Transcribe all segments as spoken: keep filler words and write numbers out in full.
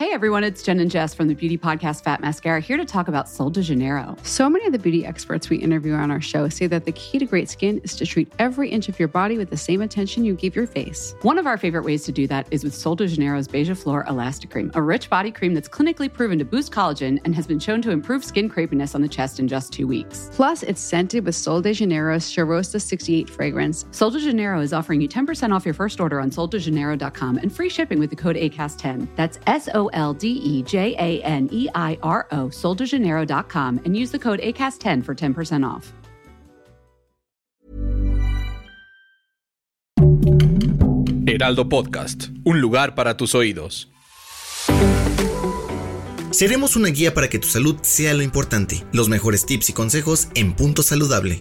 Hey everyone, it's Jen and Jess from the beauty podcast Fat Mascara here to talk about Sol de Janeiro. So many of the beauty experts we interview on our show say that the key to great skin is to treat every inch of your body with the same attention you give your face. One of our favorite ways to do that is with Sol de Janeiro's Beija Flor Elastic Cream, a rich body cream that's clinically proven to boost collagen and has been shown to improve skin crepiness on the chest in just two weeks. Plus, it's scented with Sol de Janeiro's Charosta sixty-eight fragrance. Sol de Janeiro is offering you ten percent off your first order on sol de janeiro dot com and free shipping with the code A C A S T ten. That's S O L D E J A N E I R O, sol de janeiro dot com, and use the code A C A S ten for ten percent off. Heraldo Podcast, un lugar para tus oídos. Seremos una guía para que tu salud sea lo importante. Los mejores tips y consejos en Punto Saludable.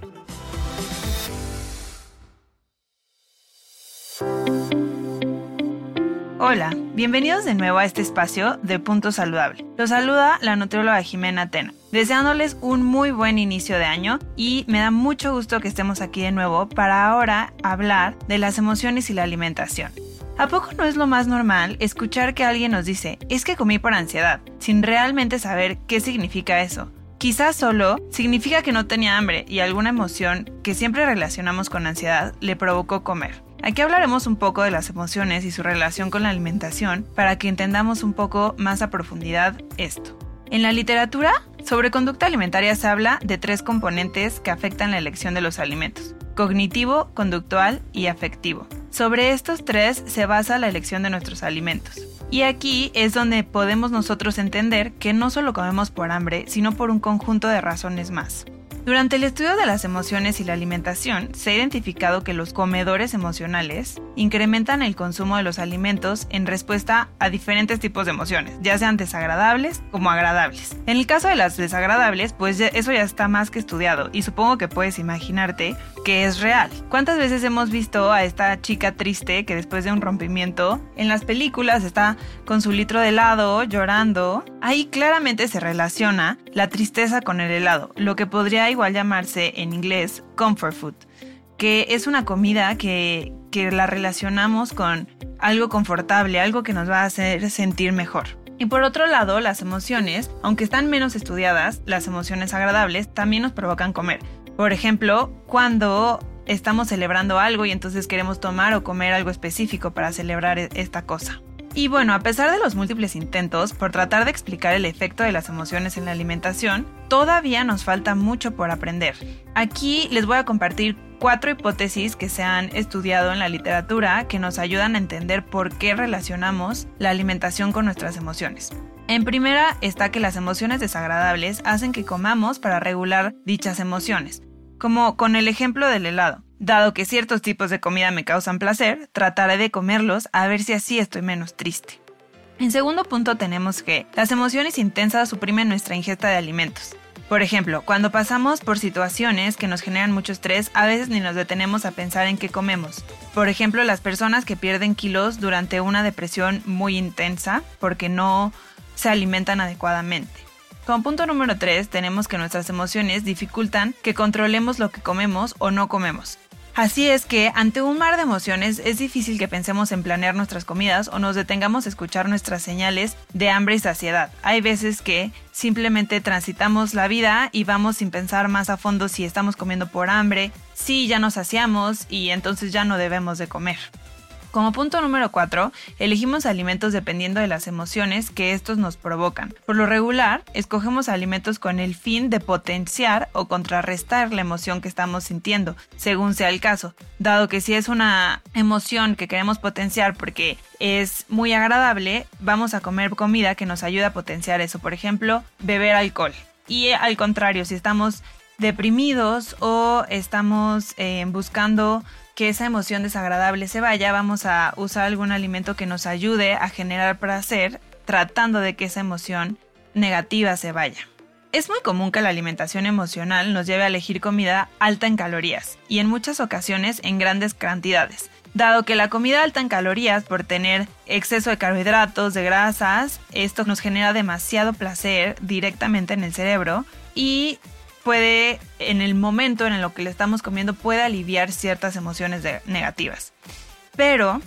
Hola, bienvenidos de nuevo a este espacio de Punto Saludable. Los saluda la nutrióloga Jimena Tena, deseándoles un muy buen inicio de año y me da mucho gusto que estemos aquí de nuevo para ahora hablar de las emociones y la alimentación. ¿A poco no es lo más normal escuchar que alguien nos dice, es que comí por ansiedad, sin realmente saber qué significa eso? Quizás solo significa que no tenía hambre y alguna emoción que siempre relacionamos con ansiedad le provocó comer. Aquí hablaremos un poco de las emociones y su relación con la alimentación para que entendamos un poco más a profundidad esto. En la literatura sobre conducta alimentaria se habla de tres componentes que afectan la elección de los alimentos: cognitivo, conductual y afectivo. Sobre estos tres se basa la elección de nuestros alimentos. Y aquí es donde podemos nosotros entender que no solo comemos por hambre, sino por un conjunto de razones más. Durante el estudio de las emociones y la alimentación, se ha identificado que los comedores emocionales incrementan el consumo de los alimentos en respuesta a diferentes tipos de emociones, ya sean desagradables como agradables. En el caso de las desagradables, pues eso ya está más que estudiado y supongo que puedes imaginarte que es real. ¿Cuántas veces hemos visto a esta chica triste que después de un rompimiento en las películas está con su litro de helado llorando? Ahí claramente se relaciona la tristeza con el helado, lo que podría igual llamarse en inglés comfort food, que es una comida que, que la relacionamos con algo confortable, algo que nos va a hacer sentir mejor. Y por otro lado, las emociones, aunque están menos estudiadas, las emociones agradables también nos provocan comer. Por ejemplo, cuando estamos celebrando algo y entonces queremos tomar o comer algo específico para celebrar esta cosa. Y bueno, a pesar de los múltiples intentos por tratar de explicar el efecto de las emociones en la alimentación, todavía nos falta mucho por aprender. Aquí les voy a compartir cuatro hipótesis que se han estudiado en la literatura que nos ayudan a entender por qué relacionamos la alimentación con nuestras emociones. En primera está que las emociones desagradables hacen que comamos para regular dichas emociones, como con el ejemplo del helado. Dado que ciertos tipos de comida me causan placer, trataré de comerlos a ver si así estoy menos triste. En segundo punto tenemos que las emociones intensas suprimen nuestra ingesta de alimentos. Por ejemplo, cuando pasamos por situaciones que nos generan mucho estrés, a veces ni nos detenemos a pensar en qué comemos. Por ejemplo, las personas que pierden kilos durante una depresión muy intensa porque no se alimentan adecuadamente. Como punto número tres, tenemos que nuestras emociones dificultan que controlemos lo que comemos o no comemos. Así es que, ante un mar de emociones, es difícil que pensemos en planear nuestras comidas o nos detengamos a escuchar nuestras señales de hambre y saciedad. Hay veces que simplemente transitamos la vida y vamos sin pensar más a fondo si estamos comiendo por hambre, si ya nos saciamos y entonces ya no debemos de comer. Como punto número cuatro, elegimos alimentos dependiendo de las emociones que estos nos provocan. Por lo regular, escogemos alimentos con el fin de potenciar o contrarrestar la emoción que estamos sintiendo, según sea el caso. Dado que si es una emoción que queremos potenciar porque es muy agradable, vamos a comer comida que nos ayuda a potenciar eso. Por ejemplo, beber alcohol. Y al contrario, si estamos deprimidos o estamos eh, buscando que esa emoción desagradable se vaya, vamos a usar algún alimento que nos ayude a generar placer, tratando de que esa emoción negativa se vaya. Es muy común que la alimentación emocional nos lleve a elegir comida alta en calorías y en muchas ocasiones en grandes cantidades. Dado que la comida alta en calorías, por tener exceso de carbohidratos, de grasas, esto nos genera demasiado placer directamente en el cerebro y puede, en el momento en el que le estamos comiendo, puede aliviar ciertas emociones de, negativas. Pero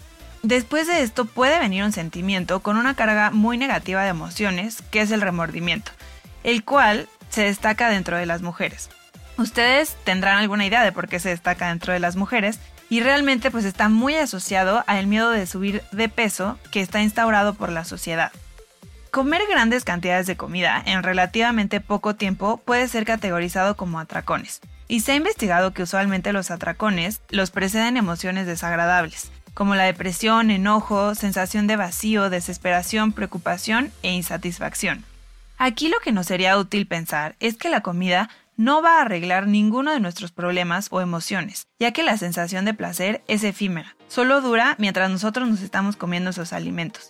Después de esto puede venir un sentimiento con una carga muy negativa de emociones, que es el remordimiento, el cual se destaca dentro de las mujeres. Ustedes tendrán alguna idea de por qué se destaca dentro de las mujeres y realmente pues está muy asociado al miedo de subir de peso que está instaurado por la sociedad. Comer grandes cantidades de comida en relativamente poco tiempo puede ser categorizado como atracones. Y se ha investigado que usualmente los atracones los preceden emociones desagradables, como la depresión, enojo, sensación de vacío, desesperación, preocupación e insatisfacción. Aquí lo que nos sería útil pensar es que la comida no va a arreglar ninguno de nuestros problemas o emociones, ya que la sensación de placer es efímera, solo dura mientras nosotros nos estamos comiendo esos alimentos.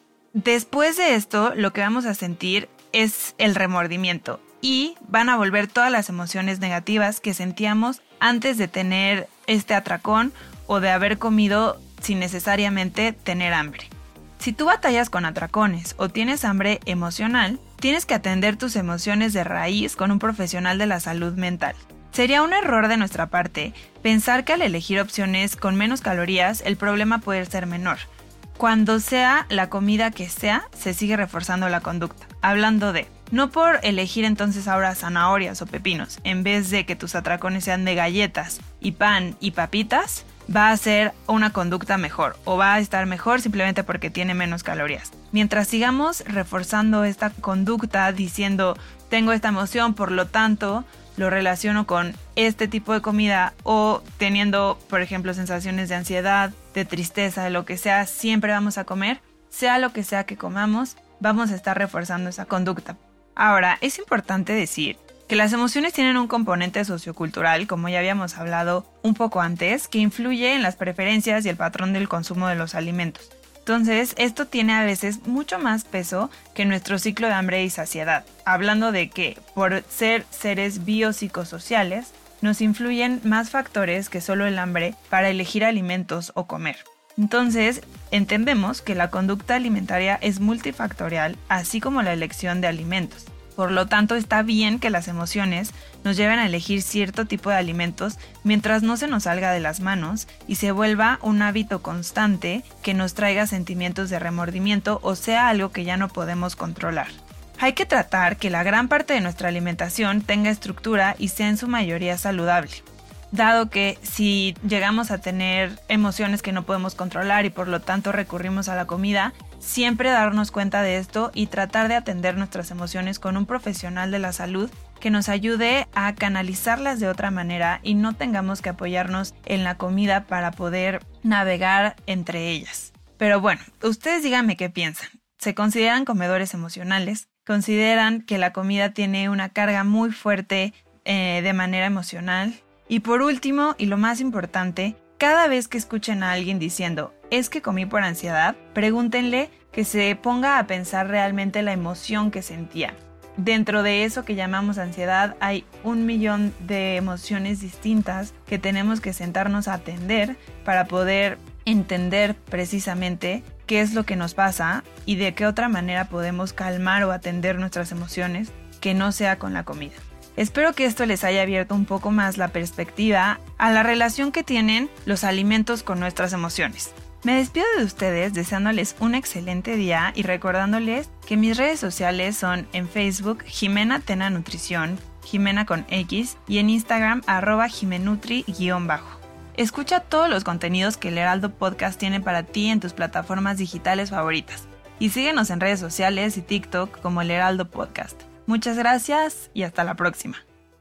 Después de esto, lo que vamos a sentir es el remordimiento y van a volver todas las emociones negativas que sentíamos antes de tener este atracón o de haber comido sin necesariamente tener hambre. Si tú batallas con atracones o tienes hambre emocional, tienes que atender tus emociones de raíz con un profesional de la salud mental. Sería un error de nuestra parte pensar que al elegir opciones con menos calorías el problema puede ser menor. Cuando sea la comida que sea, se sigue reforzando la conducta. Hablando de, no por elegir entonces ahora zanahorias o pepinos, en vez de que tus atracones sean de galletas y pan y papitas, va a ser una conducta mejor o va a estar mejor simplemente porque tiene menos calorías. Mientras sigamos reforzando esta conducta diciendo tengo esta emoción, por lo tanto lo relaciono con este tipo de comida o teniendo, por ejemplo, sensaciones de ansiedad, de tristeza, de lo que sea, siempre vamos a comer, sea lo que sea que comamos, vamos a estar reforzando esa conducta. Ahora, es importante decir que las emociones tienen un componente sociocultural, como ya habíamos hablado un poco antes, que influye en las preferencias y el patrón del consumo de los alimentos. Entonces, esto tiene a veces mucho más peso que nuestro ciclo de hambre y saciedad. Hablando de que, por ser seres biopsicosociales, nos influyen más factores que solo el hambre para elegir alimentos o comer. Entonces, entendemos que la conducta alimentaria es multifactorial, así como la elección de alimentos. Por lo tanto, está bien que las emociones nos lleven a elegir cierto tipo de alimentos mientras no se nos salga de las manos y se vuelva un hábito constante que nos traiga sentimientos de remordimiento o sea algo que ya no podemos controlar. Hay que tratar que la gran parte de nuestra alimentación tenga estructura y sea en su mayoría saludable. Dado que si llegamos a tener emociones que no podemos controlar y por lo tanto recurrimos a la comida, siempre darnos cuenta de esto y tratar de atender nuestras emociones con un profesional de la salud que nos ayude a canalizarlas de otra manera y no tengamos que apoyarnos en la comida para poder navegar entre ellas. Pero bueno, ustedes díganme qué piensan. ¿Se consideran comedores emocionales? ¿Consideran que la comida tiene una carga muy fuerte eh, de manera emocional? Y por último, y lo más importante, cada vez que escuchen a alguien diciendo «es que comí por ansiedad», pregúntenle que se ponga a pensar realmente la emoción que sentía. Dentro de eso que llamamos ansiedad hay un millón de emociones distintas que tenemos que sentarnos a atender para poder entender precisamente qué es lo que nos pasa y de qué otra manera podemos calmar o atender nuestras emociones que no sea con la comida. Espero que esto les haya abierto un poco más la perspectiva a la relación que tienen los alimentos con nuestras emociones. Me despido de ustedes deseándoles un excelente día y recordándoles que mis redes sociales son en Facebook Jimena Tena Nutrición, Jimena con X, y en Instagram arroba jimenutri-bajo. Escucha todos los contenidos que el Heraldo Podcast tiene para ti en tus plataformas digitales favoritas. Y síguenos en redes sociales y TikTok como el Heraldo Podcast. Muchas gracias y hasta la próxima.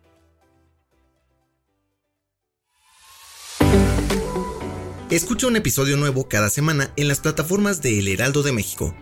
Escucha un episodio nuevo cada semana en las plataformas de El Heraldo de México.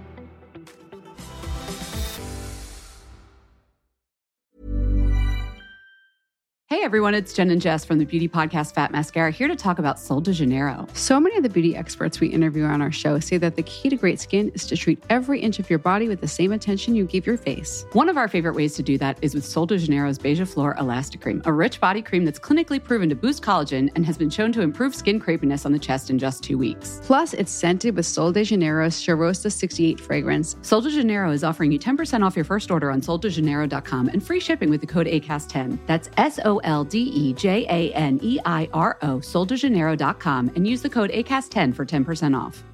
Hey everyone, it's Jen and Jess from the beauty podcast Fat Mascara here to talk about Sol de Janeiro. So many of the beauty experts we interview on our show say that the key to great skin is to treat every inch of your body with the same attention you give your face. One of our favorite ways to do that is with Sol de Janeiro's Beija Flor Elastic Cream, a rich body cream that's clinically proven to boost collagen and has been shown to improve skin crepiness on the chest in just two weeks. Plus, it's scented with Sol de Janeiro's Charosta sixty-eight fragrance. Sol de Janeiro is offering you ten percent off your first order on sol de janeiro dot com and free shipping with the code A C A S ten. That's S O L D E J A N E I R O, sol de janeiro dot com, and use the code A C A S ten for ten percent off.